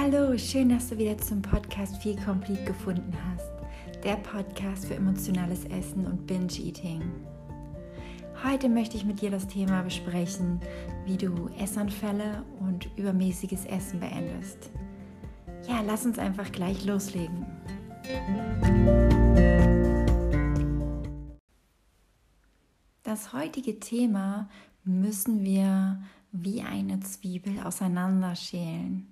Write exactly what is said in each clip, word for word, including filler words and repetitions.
Hallo, schön, dass du wieder zum Podcast Feel Complete gefunden hast. Der Podcast für emotionales Essen und Binge-Eating. Heute möchte ich mit dir das Thema besprechen, wie du Essanfälle und übermäßiges Essen beendest. Ja, lass uns einfach gleich loslegen. Das heutige Thema müssen wir wie eine Zwiebel auseinanderschälen.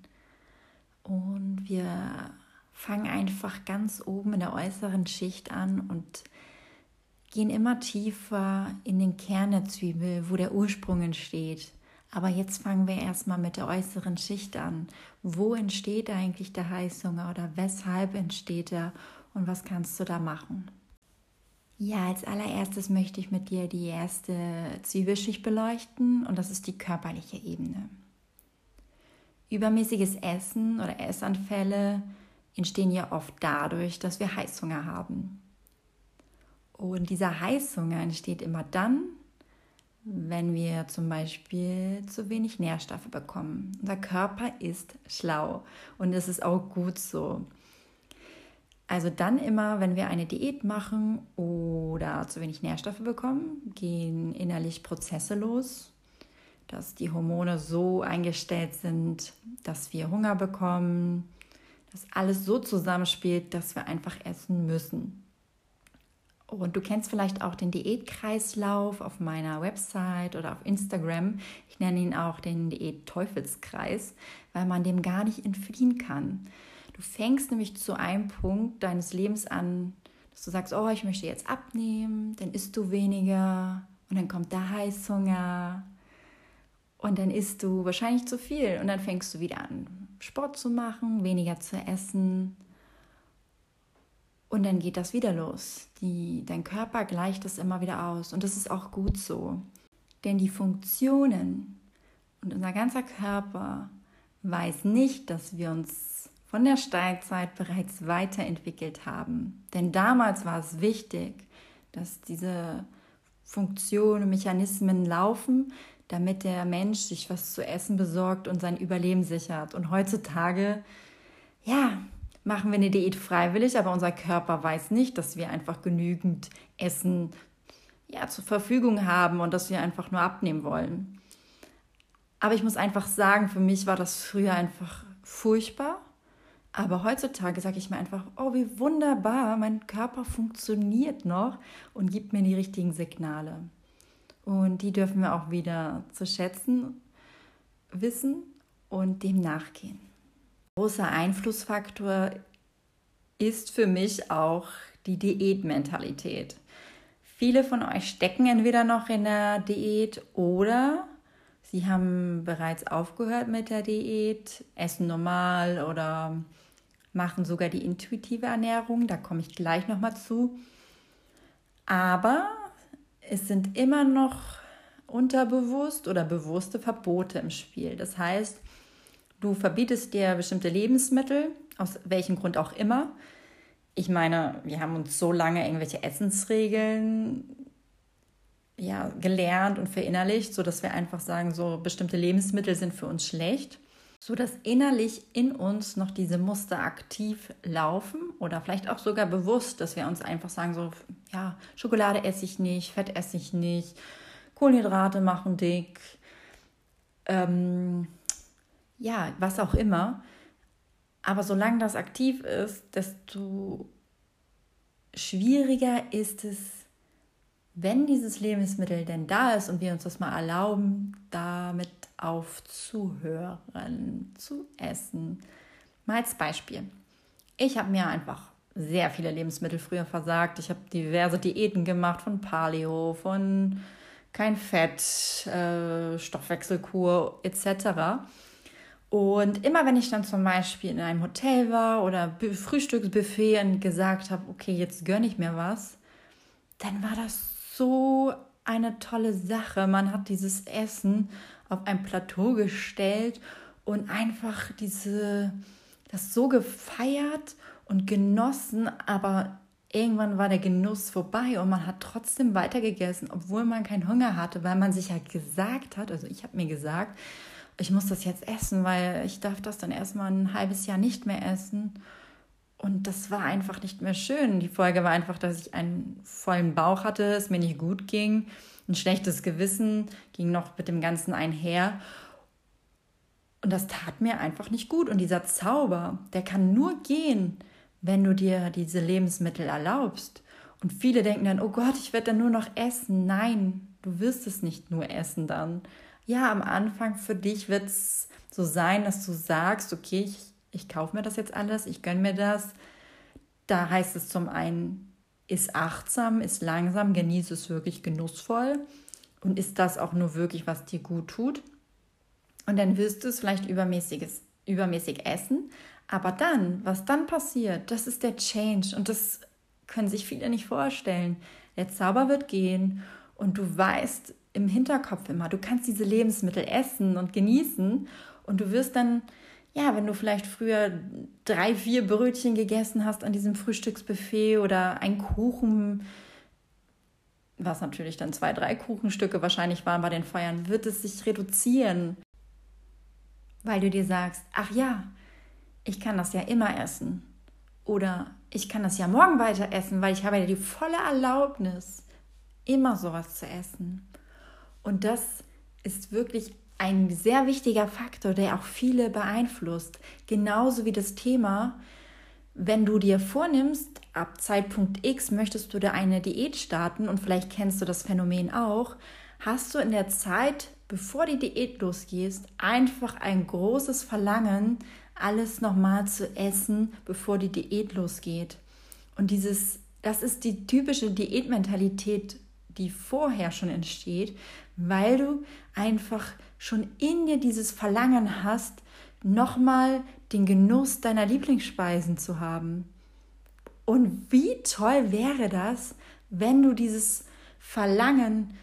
Und wir fangen einfach ganz oben in der äußeren Schicht an und gehen immer tiefer in den Kern der Zwiebel, wo der Ursprung entsteht. Aber jetzt fangen wir erstmal mit der äußeren Schicht an. Wo entsteht eigentlich der Heißhunger oder weshalb entsteht er und was kannst du da machen? Ja, als allererstes möchte ich mit dir die erste Zwiebelschicht beleuchten und das ist die körperliche Ebene. Übermäßiges Essen oder Essanfälle entstehen ja oft dadurch, dass wir Heißhunger haben. Und dieser Heißhunger entsteht immer dann, wenn wir zum Beispiel zu wenig Nährstoffe bekommen. Unser Körper ist schlau und es ist auch gut so. Also dann immer, wenn wir eine Diät machen oder zu wenig Nährstoffe bekommen, gehen innerlich Prozesse los, dass die Hormone so eingestellt sind, dass wir Hunger bekommen, dass alles so zusammenspielt, dass wir einfach essen müssen. Und du kennst vielleicht auch den Diätkreislauf auf meiner Website oder auf Instagram. Ich nenne ihn auch den Diät-Teufelskreis, weil man dem gar nicht entfliehen kann. Du fängst nämlich zu einem Punkt deines Lebens an, dass du sagst, oh, ich möchte jetzt abnehmen, dann isst du weniger und dann kommt der Heißhunger und dann isst du wahrscheinlich zu viel und dann fängst du wieder an, Sport zu machen, weniger zu essen und dann geht das wieder los. Die, dein Körper gleicht das immer wieder aus und das ist auch gut so, denn die Funktionen und unser ganzer Körper weiß nicht, dass wir uns von der Steinzeit bereits weiterentwickelt haben. Denn damals war es wichtig, dass diese Funktionen und Mechanismen laufen, damit der Mensch sich was zu essen besorgt und sein Überleben sichert. Und heutzutage, ja, machen wir eine Diät freiwillig, aber unser Körper weiß nicht, dass wir einfach genügend Essen ja, zur Verfügung haben und dass wir einfach nur abnehmen wollen. Aber ich muss einfach sagen, für mich war das früher einfach furchtbar. Aber heutzutage sage ich mir einfach, oh, wie wunderbar, mein Körper funktioniert noch und gibt mir die richtigen Signale. Und die dürfen wir auch wieder zu schätzen, wissen und dem nachgehen. Ein großer Einflussfaktor ist für mich auch die Diätmentalität. Viele von euch stecken entweder noch in der Diät oder sie haben bereits aufgehört mit der Diät, essen normal oder machen sogar die intuitive Ernährung. Da komme ich gleich nochmal zu. Aber es sind immer noch unterbewusst oder bewusste Verbote im Spiel. Das heißt, du verbietest dir bestimmte Lebensmittel, aus welchem Grund auch immer. Ich meine, wir haben uns so lange irgendwelche Essensregeln ja, gelernt und verinnerlicht, sodass wir einfach sagen, so bestimmte Lebensmittel sind für uns schlecht, sodass innerlich in uns noch diese Muster aktiv laufen oder vielleicht auch sogar bewusst, dass wir uns einfach sagen, so ja, Schokolade esse ich nicht, Fett esse ich nicht, Kohlenhydrate machen dick, ähm, ja, was auch immer. Aber solange das aktiv ist, desto schwieriger ist es, wenn dieses Lebensmittel denn da ist und wir uns das mal erlauben, damit aufzuhören, zu essen. Mal als Beispiel. Ich habe mir einfach sehr viele Lebensmittel früher versagt. Ich habe diverse Diäten gemacht, von Paleo, von kein Fett, äh, Stoffwechselkur et cetera. Und immer wenn ich dann zum Beispiel in einem Hotel war oder Frühstücksbuffet und gesagt habe, okay, jetzt gönne ich mir was, dann war das so eine tolle Sache. Man hat dieses Essen auf ein Plateau gestellt und einfach diese, das so gefeiert und genossen, aber irgendwann war der Genuss vorbei und man hat trotzdem weitergegessen, obwohl man keinen Hunger hatte, weil man sich halt gesagt hat, also ich habe mir gesagt, ich muss das jetzt essen, weil ich darf das dann erstmal ein halbes Jahr nicht mehr essen. Und das war einfach nicht mehr schön. Die Folge war einfach, dass ich einen vollen Bauch hatte, es mir nicht gut ging. Ein schlechtes Gewissen ging noch mit dem Ganzen einher. Und das tat mir einfach nicht gut. Und dieser Zauber, der kann nur gehen, wenn du dir diese Lebensmittel erlaubst. Und viele denken dann, oh Gott, ich werde dann nur noch essen. Nein, du wirst es nicht nur essen dann. Ja, am Anfang für dich wird es so sein, dass du sagst, okay, ich, ich kaufe mir das jetzt alles, ich gönne mir das. Da heißt es zum einen, iss achtsam, iss langsam, genieße es wirklich genussvoll und isst das auch nur wirklich, was dir gut tut. Und dann wirst du es vielleicht übermäßiges, übermäßig essen. Aber dann, was dann passiert, das ist der Change. Und das können sich viele nicht vorstellen. Der Zauber wird gehen und du weißt im Hinterkopf immer, du kannst diese Lebensmittel essen und genießen. Und du wirst dann, ja, wenn du vielleicht früher drei, vier Brötchen gegessen hast an diesem Frühstücksbuffet oder einen Kuchen, was natürlich dann zwei, drei Kuchenstücke wahrscheinlich waren bei den Feiern, wird es sich reduzieren. Weil du dir sagst, ach ja, ich kann das ja immer essen. Oder ich kann das ja morgen weiter essen, weil ich habe ja die volle Erlaubnis, immer sowas zu essen. Und das ist wirklich ein sehr wichtiger Faktor, der auch viele beeinflusst. Genauso wie das Thema, wenn du dir vornimmst, ab Zeitpunkt X möchtest du da eine Diät starten und vielleicht kennst du das Phänomen auch, hast du in der Zeit, bevor die Diät losgeht, einfach ein großes Verlangen, alles nochmal zu essen, bevor die Diät losgeht. Und dieses, das ist die typische Diätmentalität, die vorher schon entsteht, weil du einfach schon in dir dieses Verlangen hast, nochmal den Genuss deiner Lieblingsspeisen zu haben. Und wie toll wäre das, wenn du dieses Verlangen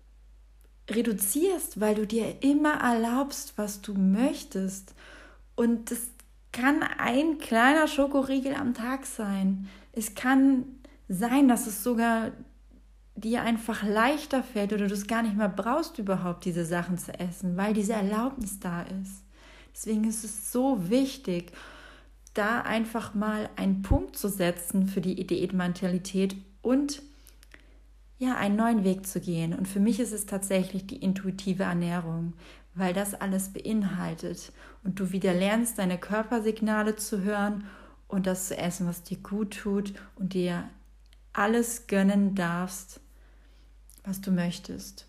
reduzierst, weil du dir immer erlaubst, was du möchtest. Und das kann ein kleiner Schokoriegel am Tag sein. Es kann sein, dass es sogar dir einfach leichter fällt oder du es gar nicht mehr brauchst, überhaupt diese Sachen zu essen, weil diese Erlaubnis da ist. Deswegen ist es so wichtig, da einfach mal einen Punkt zu setzen für die Diätmentalität und ja, einen neuen Weg zu gehen. Und für mich ist es tatsächlich die intuitive Ernährung, weil das alles beinhaltet und du wieder lernst, deine Körpersignale zu hören und das zu essen, was dir gut tut und dir alles gönnen darfst, was du möchtest.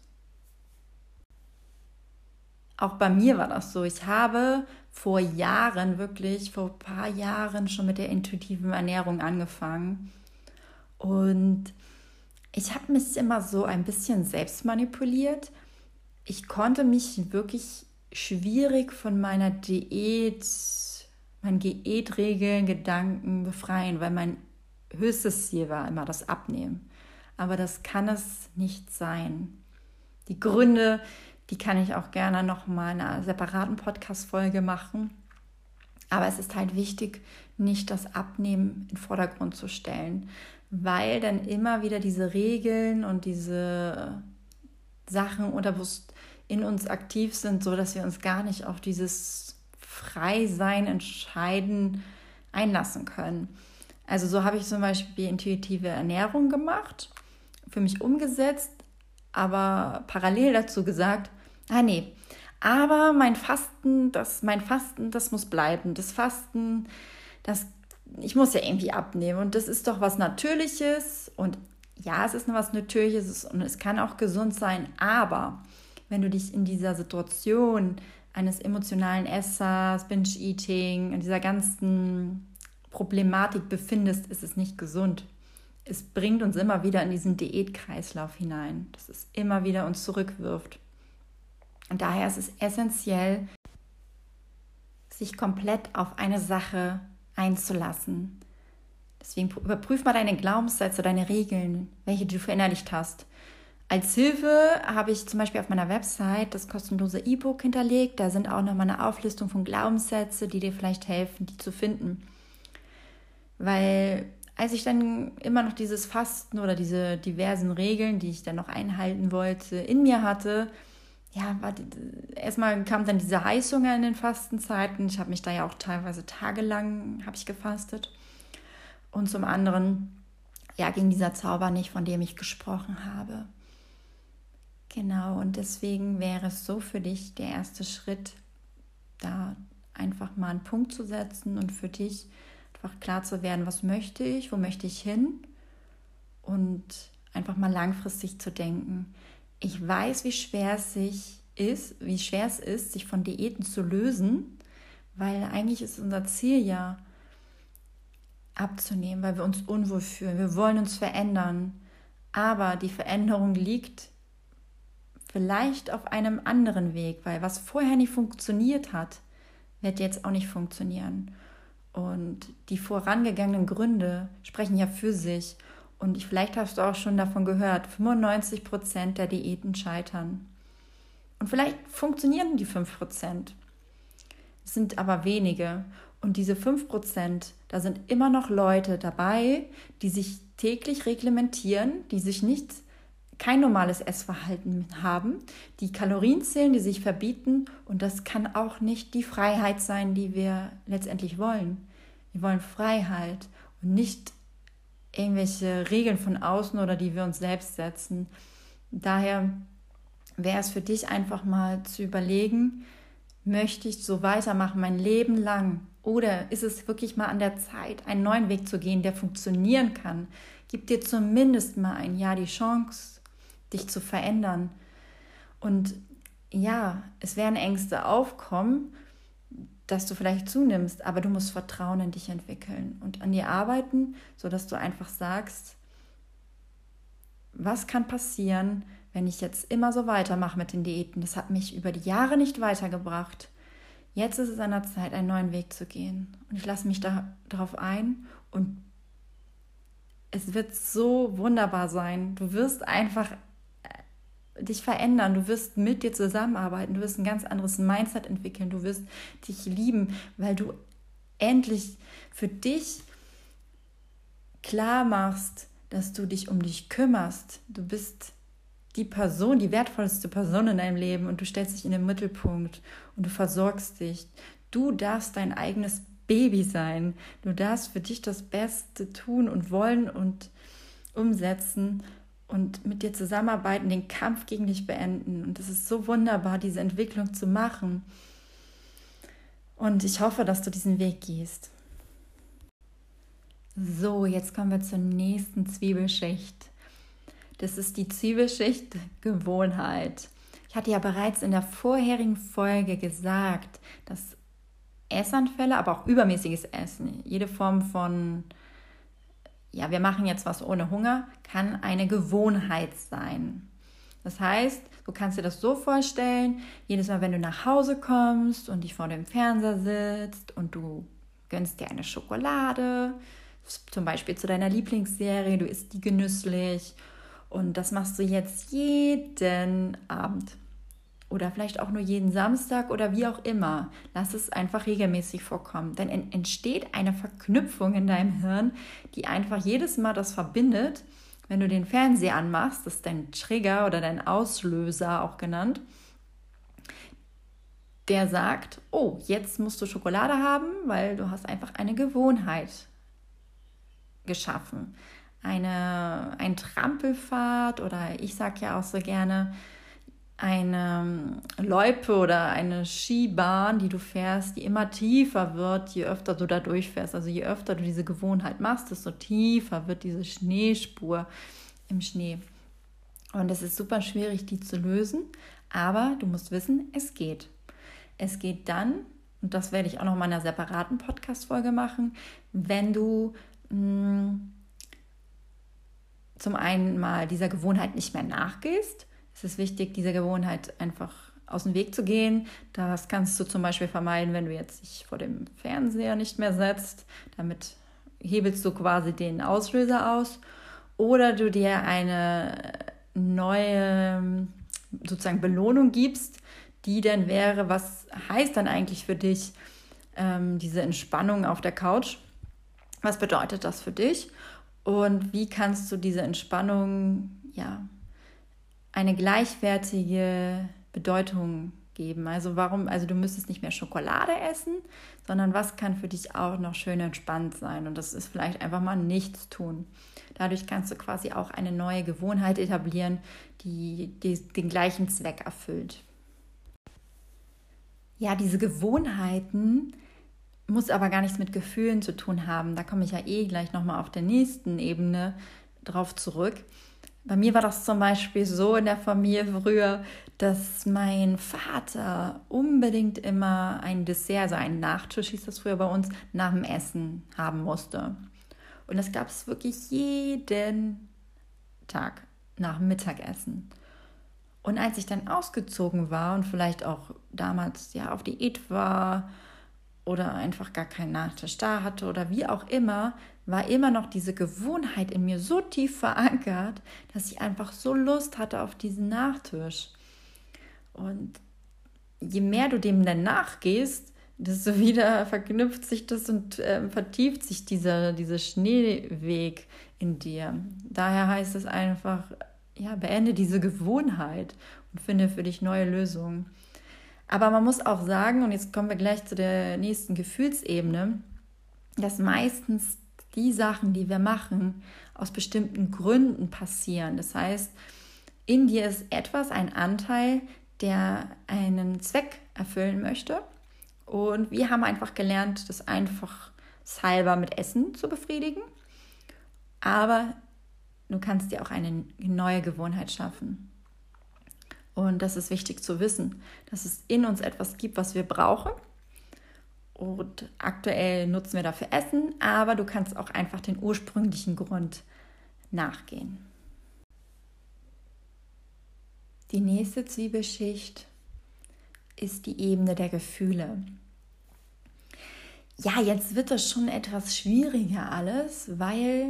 Auch bei mir war das so. Ich habe vor Jahren, wirklich vor ein paar Jahren schon mit der intuitiven Ernährung angefangen und ich habe mich immer so ein bisschen selbst manipuliert. Ich konnte mich wirklich schwierig von meiner Diät, meinen Diätregeln, Gedanken befreien, weil mein höchstes Ziel war immer das Abnehmen. Aber das kann es nicht sein. Die Gründe, die kann ich auch gerne noch mal in einer separaten Podcast-Folge machen. Aber es ist halt wichtig, nicht das Abnehmen in den Vordergrund zu stellen, weil dann immer wieder diese Regeln und diese Sachen unterbewusst in uns aktiv sind, so dass wir uns gar nicht auf dieses Frei-Sein, Entscheiden einlassen können. Also so habe ich zum Beispiel intuitive Ernährung gemacht, für mich umgesetzt, aber parallel dazu gesagt, ah nee, aber mein Fasten, das, mein Fasten, das muss bleiben. Das Fasten, das ich muss ja irgendwie abnehmen und das ist doch was Natürliches und ja, es ist nur was Natürliches und es kann auch gesund sein, aber wenn du dich in dieser Situation eines emotionalen Essers, Binge-Eating, in dieser ganzen Problematik befindest, ist es nicht gesund. Es bringt uns immer wieder in diesen Diätkreislauf hinein, dass es immer wieder uns zurückwirft. Und daher ist es essentiell, sich komplett auf eine Sache einzulassen. Deswegen überprüf mal deine Glaubenssätze, deine Regeln, welche du verinnerlicht hast. Als Hilfe habe ich zum Beispiel auf meiner Website das kostenlose E-Book hinterlegt. Da sind auch nochmal eine Auflistung von Glaubenssätzen, die dir vielleicht helfen, die zu finden. Weil als ich dann immer noch dieses Fasten oder diese diversen Regeln, die ich dann noch einhalten wollte, in mir hatte, ja, war, erstmal kam dann dieser Heißhunger in den Fastenzeiten. Ich habe mich da ja auch teilweise tagelang, habe ich gefastet. Und zum anderen, ja, ging dieser Zauber nicht, von dem ich gesprochen habe. Genau, und deswegen wäre es so für dich der erste Schritt, da einfach mal einen Punkt zu setzen und für dich einfach klar zu werden, was möchte ich, wo möchte ich hin, und einfach mal langfristig zu denken. Ich weiß, wie schwer es sich ist, wie schwer es ist, sich von Diäten zu lösen, weil eigentlich ist unser Ziel ja abzunehmen, weil wir uns unwohl fühlen. Wir wollen uns verändern, aber die Veränderung liegt vielleicht auf einem anderen Weg, weil was vorher nicht funktioniert hat, wird jetzt auch nicht funktionieren. Und die vorangegangenen Gründe sprechen ja für sich. Und ich, vielleicht hast du auch schon davon gehört, fünfundneunzig Prozent der Diäten scheitern. Und vielleicht funktionieren die fünf Prozent. Es sind aber wenige. Und diese fünf Prozent, da sind immer noch Leute dabei, die sich täglich reglementieren, die sich nicht, kein normales Essverhalten haben, die Kalorien zählen, die sich verbieten. Und das kann auch nicht die Freiheit sein, die wir letztendlich wollen. Wir wollen Freiheit und nicht irgendwelche Regeln von außen oder die wir uns selbst setzen. Daher wäre es für dich einfach mal zu überlegen, möchte ich so weitermachen mein Leben lang, oder ist es wirklich mal an der Zeit, einen neuen Weg zu gehen, der funktionieren kann? Gib dir zumindest mal ein Jahr die Chance, dich zu verändern. Und ja, es werden Ängste aufkommen, dass du vielleicht zunimmst, aber du musst Vertrauen in dich entwickeln und an dir arbeiten, sodass du einfach sagst, was kann passieren, wenn ich jetzt immer so weitermache mit den Diäten? Das hat mich über die Jahre nicht weitergebracht. Jetzt ist es an der Zeit, einen neuen Weg zu gehen. Und ich lasse mich da, darauf ein, und es wird so wunderbar sein. Du wirst einfach dich verändern, du wirst mit dir zusammenarbeiten, du wirst ein ganz anderes Mindset entwickeln, du wirst dich lieben, weil du endlich für dich klar machst, dass du dich um dich kümmerst. Du bist die Person, die wertvollste Person in deinem Leben, und du stellst dich in den Mittelpunkt und du versorgst dich. Du darfst dein eigenes Baby sein. Du darfst für dich das Beste tun und wollen und umsetzen und mit dir zusammenarbeiten, den Kampf gegen dich beenden. Und es ist so wunderbar, diese Entwicklung zu machen. Und ich hoffe, dass du diesen Weg gehst. So, jetzt kommen wir zur nächsten Zwiebelschicht. Das ist die Zwiebelschicht Gewohnheit. Ich hatte ja bereits in der vorherigen Folge gesagt, dass Essanfälle, aber auch übermäßiges Essen, jede Form von ja, wir machen jetzt was ohne Hunger, kann eine Gewohnheit sein. Das heißt, du kannst dir das so vorstellen, jedes Mal, wenn du nach Hause kommst und dich vor dem Fernseher sitzt und du gönnst dir eine Schokolade, zum Beispiel zu deiner Lieblingsserie, du isst die genüsslich, und das machst du jetzt jeden Abend. Oder vielleicht auch nur jeden Samstag oder wie auch immer. Lass es einfach regelmäßig vorkommen. Dann entsteht eine Verknüpfung in deinem Hirn, die einfach jedes Mal das verbindet, wenn du den Fernseher anmachst, das ist dein Trigger oder dein Auslöser auch genannt, der sagt, oh, jetzt musst du Schokolade haben, weil du hast einfach eine Gewohnheit geschaffen. Eine, ein Trampelpfad, oder ich sage ja auch so gerne, eine Loipe oder eine Skibahn, die du fährst, die immer tiefer wird, je öfter du da durchfährst. Also je öfter du diese Gewohnheit machst, desto tiefer wird diese Schneespur im Schnee. Und es ist super schwierig, die zu lösen, aber du musst wissen, es geht. Es geht dann, und das werde ich auch noch mal in einer separaten Podcast-Folge machen, wenn du mh, zum einen mal dieser Gewohnheit nicht mehr nachgehst. Es ist wichtig, dieser Gewohnheit einfach aus dem Weg zu gehen. Das kannst du zum Beispiel vermeiden, wenn du jetzt dich vor dem Fernseher nicht mehr setzt. Damit hebelst du quasi den Auslöser aus. Oder du dir eine neue sozusagen Belohnung gibst, die dann wäre, was heißt dann eigentlich für dich ähm, diese Entspannung auf der Couch? Was bedeutet das für dich? Und wie kannst du diese Entspannung, ja, eine gleichwertige Bedeutung geben. Also warum, also du müsstest nicht mehr Schokolade essen, sondern was kann für dich auch noch schön entspannt sein? Und das ist vielleicht einfach mal nichts tun. Dadurch kannst du quasi auch eine neue Gewohnheit etablieren, die, die den gleichen Zweck erfüllt. Ja, diese Gewohnheiten muss aber gar nichts mit Gefühlen zu tun haben. Da komme ich ja eh gleich nochmal auf der nächsten Ebene drauf zurück. Bei mir war das zum Beispiel so in der Familie früher, dass mein Vater unbedingt immer ein Dessert, also einen Nachtisch hieß das früher bei uns, nach dem Essen haben musste. Und das gab es wirklich jeden Tag nach dem Mittagessen. Und als ich dann ausgezogen war und vielleicht auch damals ja auf Diät war oder einfach gar keinen Nachtisch da hatte oder wie auch immer, war immer noch diese Gewohnheit in mir so tief verankert, dass ich einfach so Lust hatte auf diesen Nachtisch. Und je mehr du dem dann nachgehst, desto wieder verknüpft sich das und äh, vertieft sich dieser, dieser Schneeweg in dir. Daher heißt es einfach, ja, beende diese Gewohnheit und finde für dich neue Lösungen. Aber man muss auch sagen, und jetzt kommen wir gleich zu der nächsten Gefühlsebene, dass meistens die Sachen, die wir machen, aus bestimmten Gründen passieren. Das heißt, in dir ist etwas, ein Anteil, der einen Zweck erfüllen möchte. Und wir haben einfach gelernt, das einfach halber mit Essen zu befriedigen. Aber du kannst dir auch eine neue Gewohnheit schaffen. Und das ist wichtig zu wissen, dass es in uns etwas gibt, was wir brauchen. Und aktuell nutzen wir dafür Essen, aber du kannst auch einfach den ursprünglichen Grund nachgehen. Die nächste Zwiebelschicht ist die Ebene der Gefühle. Ja, jetzt wird das schon etwas schwieriger alles, weil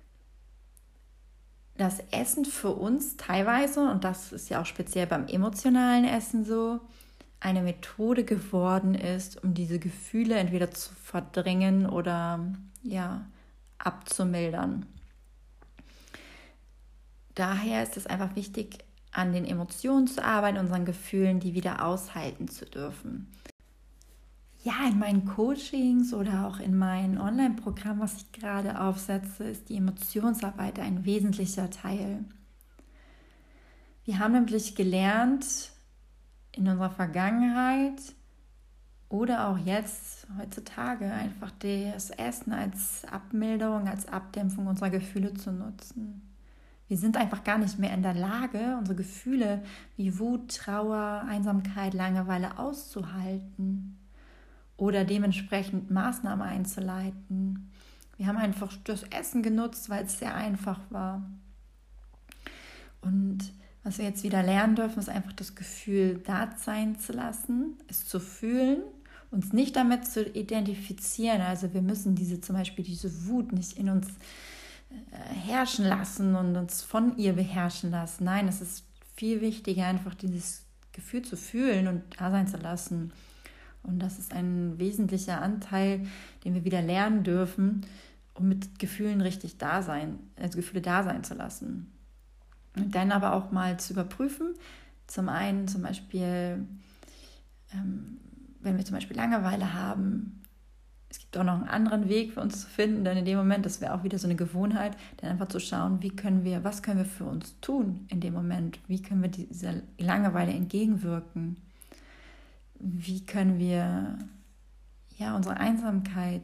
das Essen für uns teilweise, und das ist ja auch speziell beim emotionalen Essen so, eine Methode geworden ist, um diese Gefühle entweder zu verdrängen oder ja, abzumildern. Daher ist es einfach wichtig, an den Emotionen zu arbeiten, unseren Gefühlen, die wieder aushalten zu dürfen. Ja, in meinen Coachings oder auch in meinem Online-Programm, was ich gerade aufsetze, ist die Emotionsarbeit ein wesentlicher Teil. Wir haben nämlich gelernt, in unserer Vergangenheit oder auch jetzt, heutzutage, einfach das Essen als Abmilderung, als Abdämpfung unserer Gefühle zu nutzen. Wir sind einfach gar nicht mehr in der Lage, unsere Gefühle wie Wut, Trauer, Einsamkeit, Langeweile auszuhalten oder dementsprechend Maßnahmen einzuleiten. Wir haben einfach das Essen genutzt, weil es sehr einfach war. Und was wir jetzt wieder lernen dürfen, ist einfach das Gefühl da sein zu lassen, es zu fühlen, uns nicht damit zu identifizieren. Also wir müssen diese zum Beispiel diese Wut nicht in uns herrschen lassen und uns von ihr beherrschen lassen. Nein, es ist viel wichtiger, einfach dieses Gefühl zu fühlen und da sein zu lassen. Und das ist ein wesentlicher Anteil, den wir wieder lernen dürfen, um mit Gefühlen richtig da sein, also Gefühle da sein zu lassen. Und dann aber auch mal zu überprüfen. Zum einen zum Beispiel, ähm, wenn wir zum Beispiel Langeweile haben, es gibt auch noch einen anderen Weg für uns zu finden, denn in dem Moment, das wäre auch wieder so eine Gewohnheit, dann einfach zu schauen, wie können wir, was können wir für uns tun in dem Moment? Wie können wir dieser Langeweile entgegenwirken? Wie können wir ja unsere Einsamkeit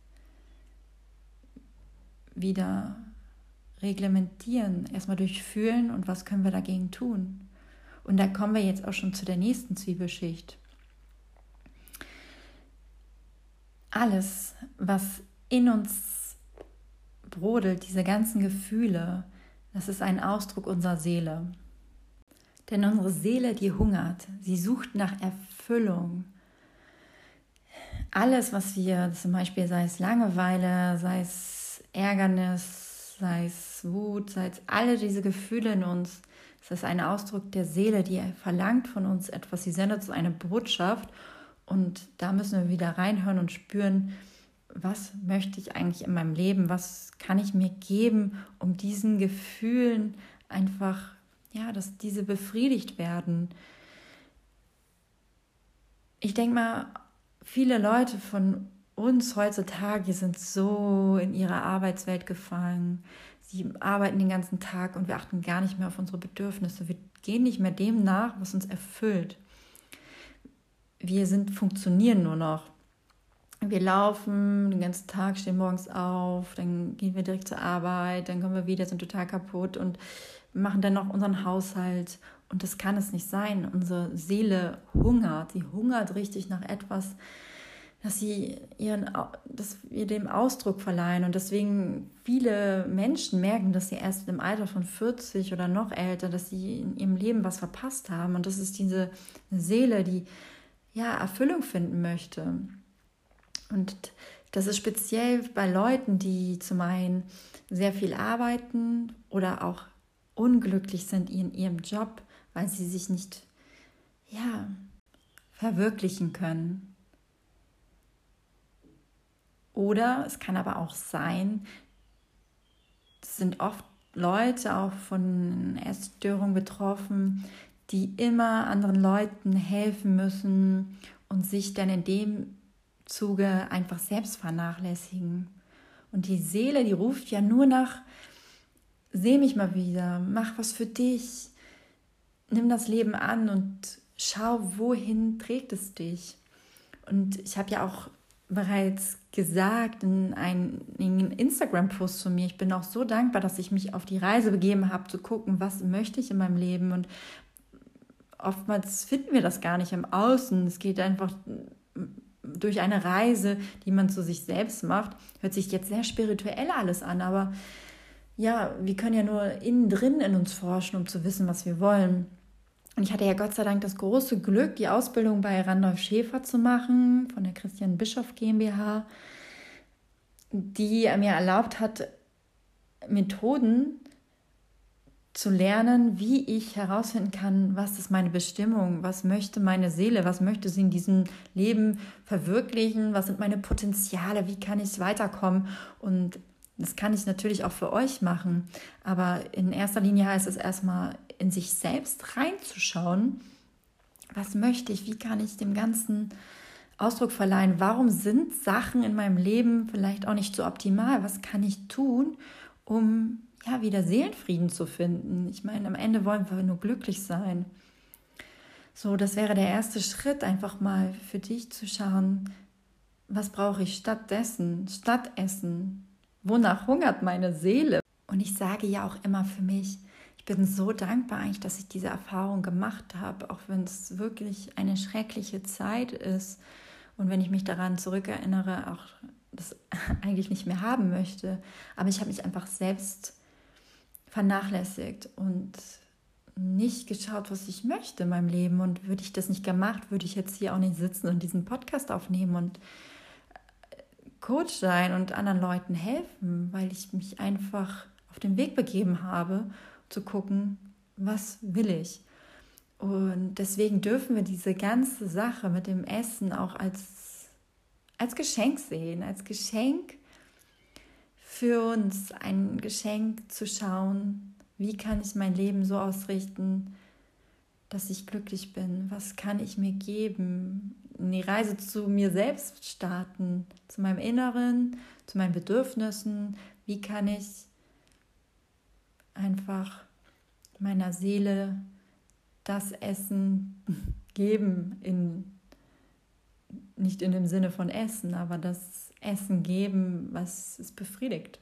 wieder reglementieren? Erstmal durchfühlen und was können wir dagegen tun? Und da kommen wir jetzt auch schon zu der nächsten Zwiebelschicht. Alles, was in uns brodelt, diese ganzen Gefühle, das ist ein Ausdruck unserer Seele. Denn unsere Seele, die hungert, sie sucht nach Erfüllung. Alles, was wir, zum Beispiel sei es Langeweile, sei es Ärgernis, sei es Wut, sei es alle diese Gefühle in uns, das ist ein Ausdruck der Seele, die verlangt von uns etwas, sie sendet uns eine Botschaft. Und da müssen wir wieder reinhören und spüren, was möchte ich eigentlich in meinem Leben, was kann ich mir geben, um diesen Gefühlen einfach, ja, dass diese befriedigt werden. ich denke mal, viele Leute von uns heutzutage sind so in ihrer Arbeitswelt gefangen. Sie arbeiten den ganzen Tag und wir achten gar nicht mehr auf unsere Bedürfnisse. Wir gehen nicht mehr dem nach, was uns erfüllt. Wir sind, funktionieren nur noch. Wir laufen den ganzen Tag, stehen morgens auf, dann gehen wir direkt zur Arbeit, dann kommen wir wieder, sind total kaputt und machen dann noch unseren Haushalt. Und das kann es nicht sein. Unsere Seele hungert. Sie hungert richtig nach etwas, dass, sie ihren, dass wir dem Ausdruck verleihen. Und deswegen viele Menschen merken, dass sie erst im Alter von vierzig oder noch älter, dass sie in ihrem Leben was verpasst haben. Und das ist diese Seele, die ja Erfüllung finden möchte. Und das ist speziell bei Leuten, die zum einen sehr viel arbeiten oder auch unglücklich sind in ihrem Job, weil sie sich nicht ja, verwirklichen können. Oder es kann aber auch sein, es sind oft Leute auch von Essstörungen betroffen, die immer anderen Leuten helfen müssen und sich dann in dem Zuge einfach selbst vernachlässigen. Und die Seele, die ruft ja nur nach, seh mich mal wieder, mach was für dich, nimm das Leben an und schau, wohin trägt es dich. Und ich habe ja auch bereits gesagt in einem Instagram-Post von mir, ich bin auch so dankbar, dass ich mich auf die Reise begeben habe, zu gucken, was möchte ich in meinem Leben. Und oftmals finden wir das gar nicht im Außen. Es geht einfach durch eine Reise, die man zu sich selbst macht. Hört sich jetzt sehr spirituell alles an, aber ja, wir können ja nur innen drin in uns forschen, um zu wissen, was wir wollen. Und ich hatte ja Gott sei Dank das große Glück, die Ausbildung bei Randolph Schäfer zu machen, von der Christian Bischoff GmbH, die mir erlaubt hat, Methoden zu lernen, wie ich herausfinden kann, was ist meine Bestimmung, was möchte meine Seele, was möchte sie in diesem Leben verwirklichen, was sind meine Potenziale, wie kann ich weiterkommen. Und das kann ich natürlich auch für euch machen, aber in erster Linie heißt es erstmal, in sich selbst reinzuschauen, was möchte ich, wie kann ich dem Ganzen Ausdruck verleihen, warum sind Sachen in meinem Leben vielleicht auch nicht so optimal, was kann ich tun, um ja, wieder Seelenfrieden zu finden. Ich meine, am Ende wollen wir nur glücklich sein. So, das wäre der erste Schritt, einfach mal für dich zu schauen, was brauche ich stattdessen, statt Essen? Wonach hungert meine Seele? Und ich sage ja auch immer für mich, ich bin so dankbar eigentlich, dass ich diese Erfahrung gemacht habe, auch wenn es wirklich eine schreckliche Zeit ist und wenn ich mich daran zurückerinnere, auch das eigentlich nicht mehr haben möchte. Aber ich habe mich einfach selbst vernachlässigt und nicht geschaut, was ich möchte in meinem Leben. Und würde ich das nicht gemacht, würde ich jetzt hier auch nicht sitzen und diesen Podcast aufnehmen und Coach sein und anderen Leuten helfen, weil ich mich einfach auf den Weg begeben habe, zu gucken, was will ich. Und deswegen dürfen wir diese ganze Sache mit dem Essen auch als, als Geschenk sehen, als Geschenk für uns, ein Geschenk zu schauen, wie kann ich mein Leben so ausrichten, dass ich glücklich bin, was kann ich mir geben, in die Reise zu mir selbst starten, zu meinem Inneren, zu meinen Bedürfnissen, wie kann ich einfach meiner Seele das Essen geben, in, nicht in dem Sinne von Essen, aber das Essen geben, was es befriedigt.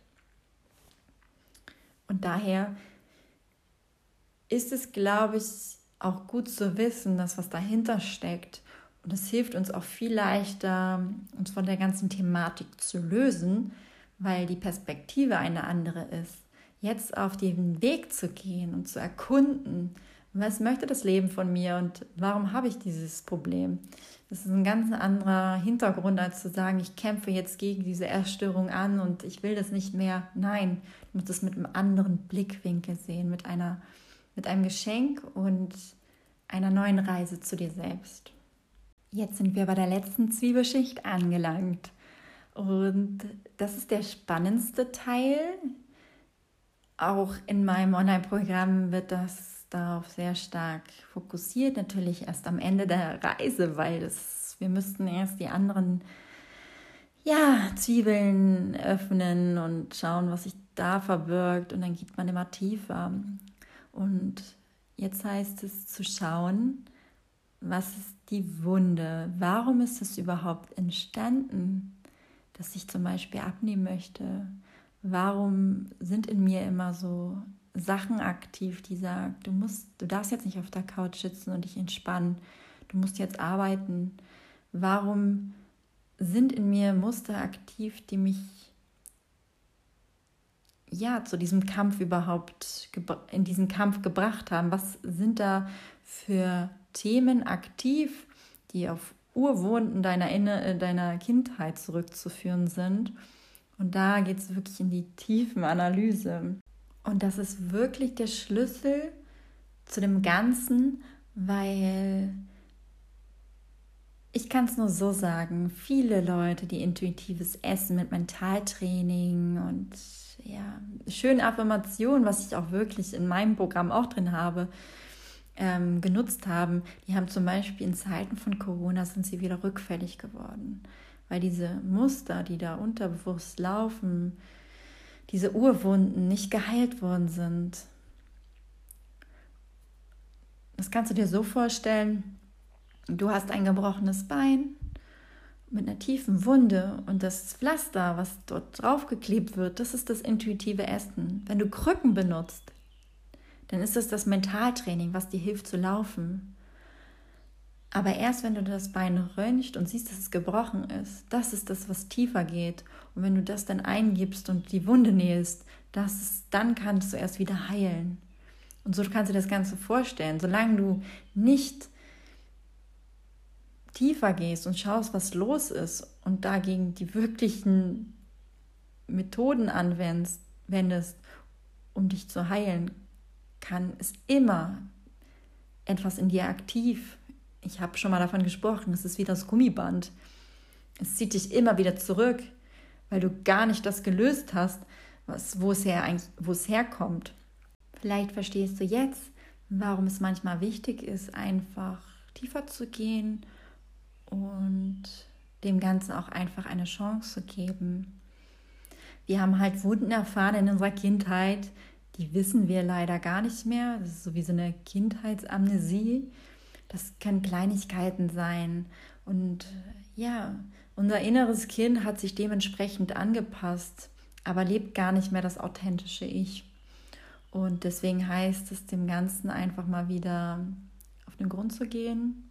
Und daher ist es, glaube ich, auch gut zu wissen, dass was dahinter steckt. Und es hilft uns auch viel leichter, uns von der ganzen Thematik zu lösen, weil die Perspektive eine andere ist. Jetzt auf den Weg zu gehen und zu erkunden, was möchte das Leben von mir und warum habe ich dieses Problem? Das ist ein ganz anderer Hintergrund, als zu sagen, ich kämpfe jetzt gegen diese Essstörung an und ich will das nicht mehr. Nein, du musst es mit einem anderen Blickwinkel sehen, mit einer, mit einem Geschenk und einer neuen Reise zu dir selbst. Jetzt sind wir bei der letzten Zwiebelschicht angelangt. Und das ist der spannendste Teil. Auch in meinem Online-Programm wird das darauf sehr stark fokussiert. Natürlich erst am Ende der Reise, weil es Wir müssten erst die anderen ja, Zwiebeln öffnen und schauen, was sich da verbirgt. Und dann geht man immer tiefer. Und jetzt heißt es zu schauen, was ist die Wunde? Warum ist es überhaupt entstanden, dass ich zum Beispiel abnehmen möchte? Warum sind in mir immer so Sachen aktiv, die sagen, du musst, du darfst jetzt nicht auf der Couch sitzen und dich entspannen. Du musst jetzt arbeiten. Warum sind in mir Muster aktiv, die mich ja zu diesem Kampf überhaupt, in diesen Kampf gebracht haben? Was sind da für Themen aktiv, die auf Urwunden deiner, Inne, deiner Kindheit zurückzuführen sind? Und da geht es wirklich in die tiefen Analyse. Und das ist wirklich der Schlüssel zu dem Ganzen, weil ich kann es nur so sagen, viele Leute, die intuitives Essen mit Mentaltraining und ja, schönen Affirmationen, was ich auch wirklich in meinem Programm auch drin habe, ähm, genutzt haben, die haben zum Beispiel in Zeiten von Corona sind sie wieder rückfällig geworden, weil diese Muster, die da unterbewusst laufen, diese Urwunden nicht geheilt worden sind. Das kannst du dir so vorstellen, du hast ein gebrochenes Bein mit einer tiefen Wunde und das Pflaster, was dort draufgeklebt wird, das ist das intuitive Essen. Wenn du Krücken benutzt, dann ist das das Mentaltraining, was dir hilft zu laufen. Aber erst wenn du das Bein röntgst und siehst, dass es gebrochen ist, das ist das, was tiefer geht. Und wenn du das dann eingibst und die Wunde nähst, das ist, dann kannst du erst wieder heilen. Und so kannst du dir das Ganze vorstellen. Solange du nicht tiefer gehst und schaust, was los ist und dagegen die wirklichen Methoden anwendest, wendest, um dich zu heilen, kann es immer etwas in dir aktiv. Ich habe schon mal davon gesprochen, es ist wie das Gummiband. Es zieht dich immer wieder zurück, weil du gar nicht das gelöst hast, was, wo es her, eigentlich, wo es herkommt. Vielleicht verstehst du jetzt, warum es manchmal wichtig ist, einfach tiefer zu gehen und dem Ganzen auch einfach eine Chance zu geben. Wir haben halt Wunden erfahren in unserer Kindheit, die wissen wir leider gar nicht mehr. Das ist so wie so eine Kindheitsamnesie. Das können Kleinigkeiten sein. Und ja, unser inneres Kind hat sich dementsprechend angepasst, aber lebt gar nicht mehr das authentische Ich. Und deswegen heißt es, dem Ganzen einfach mal wieder auf den Grund zu gehen,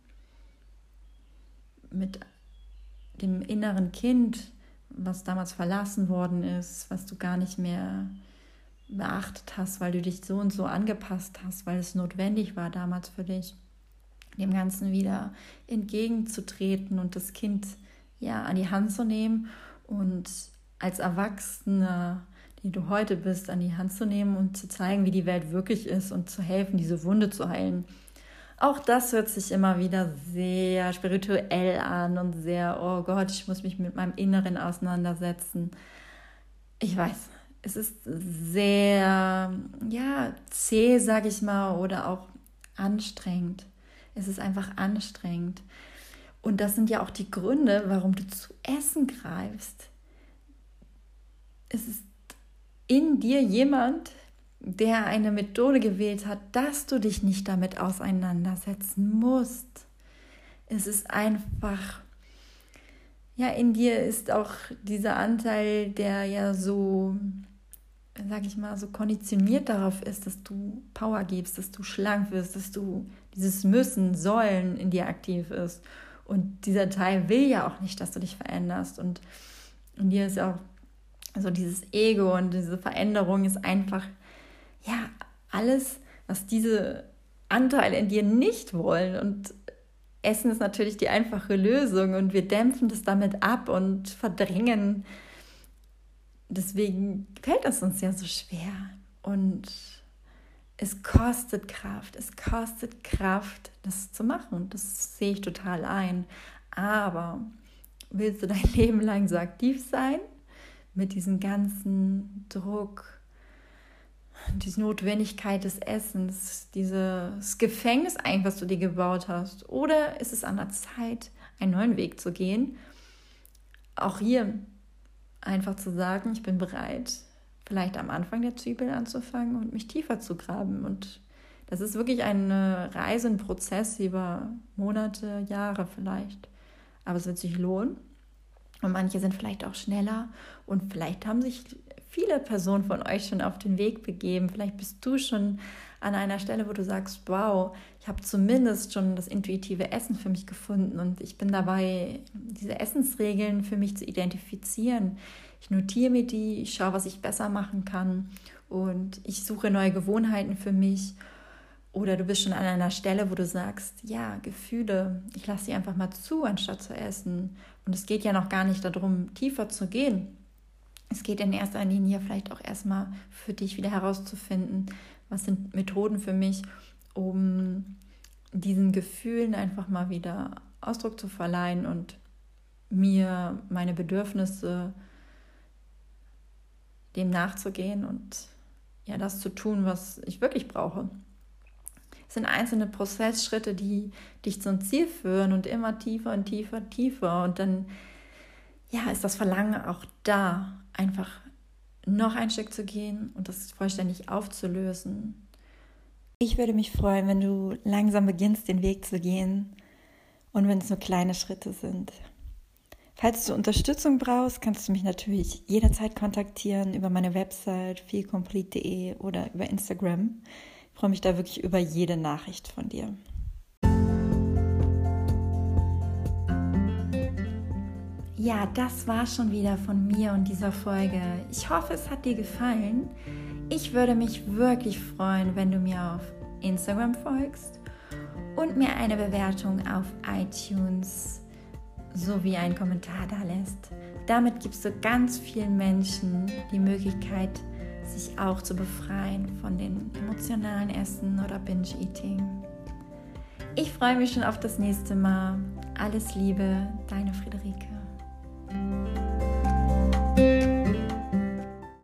mit dem inneren Kind, was damals verlassen worden ist, was du gar nicht mehr beachtet hast, weil du dich so und so angepasst hast, weil es notwendig war damals für dich, dem Ganzen wieder entgegenzutreten und das Kind ja an die Hand zu nehmen und als Erwachsener, die du heute bist, an die Hand zu nehmen und zu zeigen, wie die Welt wirklich ist und zu helfen, diese Wunde zu heilen. Auch das hört sich immer wieder sehr spirituell an und sehr, oh Gott, ich muss mich mit meinem Inneren auseinandersetzen. Ich weiß, es ist sehr, ja, zäh, sage ich mal, oder auch anstrengend. Es ist einfach anstrengend. Und das sind ja auch die Gründe, warum du zu Essen greifst. Es ist in dir jemand, der eine Methode gewählt hat, dass du dich nicht damit auseinandersetzen musst. Es ist einfach, ja, in dir ist auch dieser Anteil, der ja so, sag ich mal, so konditioniert darauf ist, dass du Power gibst, dass du schlank wirst, dass du dieses Müssen, Sollen in dir aktiv ist. Und dieser Teil will ja auch nicht, dass du dich veränderst. Und in dir ist auch also dieses Ego und diese Veränderung ist einfach, ja, alles, was diese Anteile in dir nicht wollen. Und Essen ist natürlich die einfache Lösung und wir dämpfen das damit ab und verdrängen. Deswegen fällt es uns ja so schwer. Und es kostet Kraft, es kostet Kraft, das zu machen. Das sehe ich total ein. Aber willst du dein Leben lang so aktiv sein? Mit diesem ganzen Druck, diese Notwendigkeit des Essens, dieses Gefängnis eigentlich, was du dir gebaut hast? Oder ist es an der Zeit, einen neuen Weg zu gehen? Auch hier einfach zu sagen, ich bin bereit, vielleicht am Anfang der Zwiebel anzufangen und mich tiefer zu graben. Und das ist wirklich eine Reise, ein Prozess über Monate, Jahre vielleicht. Aber es wird sich lohnen. Und manche sind vielleicht auch schneller. Und vielleicht haben sich viele Personen von euch schon auf den Weg begeben. Vielleicht bist du schon an einer Stelle, wo du sagst, wow, ich habe zumindest schon das intuitive Essen für mich gefunden und ich bin dabei, diese Essensregeln für mich zu identifizieren. Ich notiere mir die, ich schaue, was ich besser machen kann und ich suche neue Gewohnheiten für mich. Oder du bist schon an einer Stelle, wo du sagst, ja, Gefühle, ich lasse sie einfach mal zu, anstatt zu essen. Und es geht ja noch gar nicht darum, tiefer zu gehen. Es geht in erster Linie vielleicht auch erstmal für dich wieder herauszufinden, was sind Methoden für mich, um diesen Gefühlen einfach mal wieder Ausdruck zu verleihen und mir meine Bedürfnisse dem nachzugehen und ja, das zu tun, was ich wirklich brauche. Es sind einzelne Prozessschritte, die dich zum Ziel führen und immer tiefer und tiefer, tiefer. Und dann ja, ist das Verlangen auch da, einfach noch ein Stück zu gehen und das vollständig aufzulösen. Ich würde mich freuen, wenn du langsam beginnst, den Weg zu gehen und wenn es nur kleine Schritte sind. Falls du Unterstützung brauchst, kannst du mich natürlich jederzeit kontaktieren über meine Website feel complete punkt de oder über Instagram. Ich freue mich da wirklich über jede Nachricht von dir. Ja, das war schon wieder von mir und dieser Folge. Ich hoffe, es hat dir gefallen. Ich würde mich wirklich freuen, wenn du mir auf Instagram folgst und mir eine Bewertung auf iTunes sowie einen Kommentar da lässt. Damit gibst du ganz vielen Menschen die Möglichkeit, sich auch zu befreien von den emotionalen Essen oder Binge-Eating. Ich freue mich schon auf das nächste Mal. Alles Liebe, deine Friederike.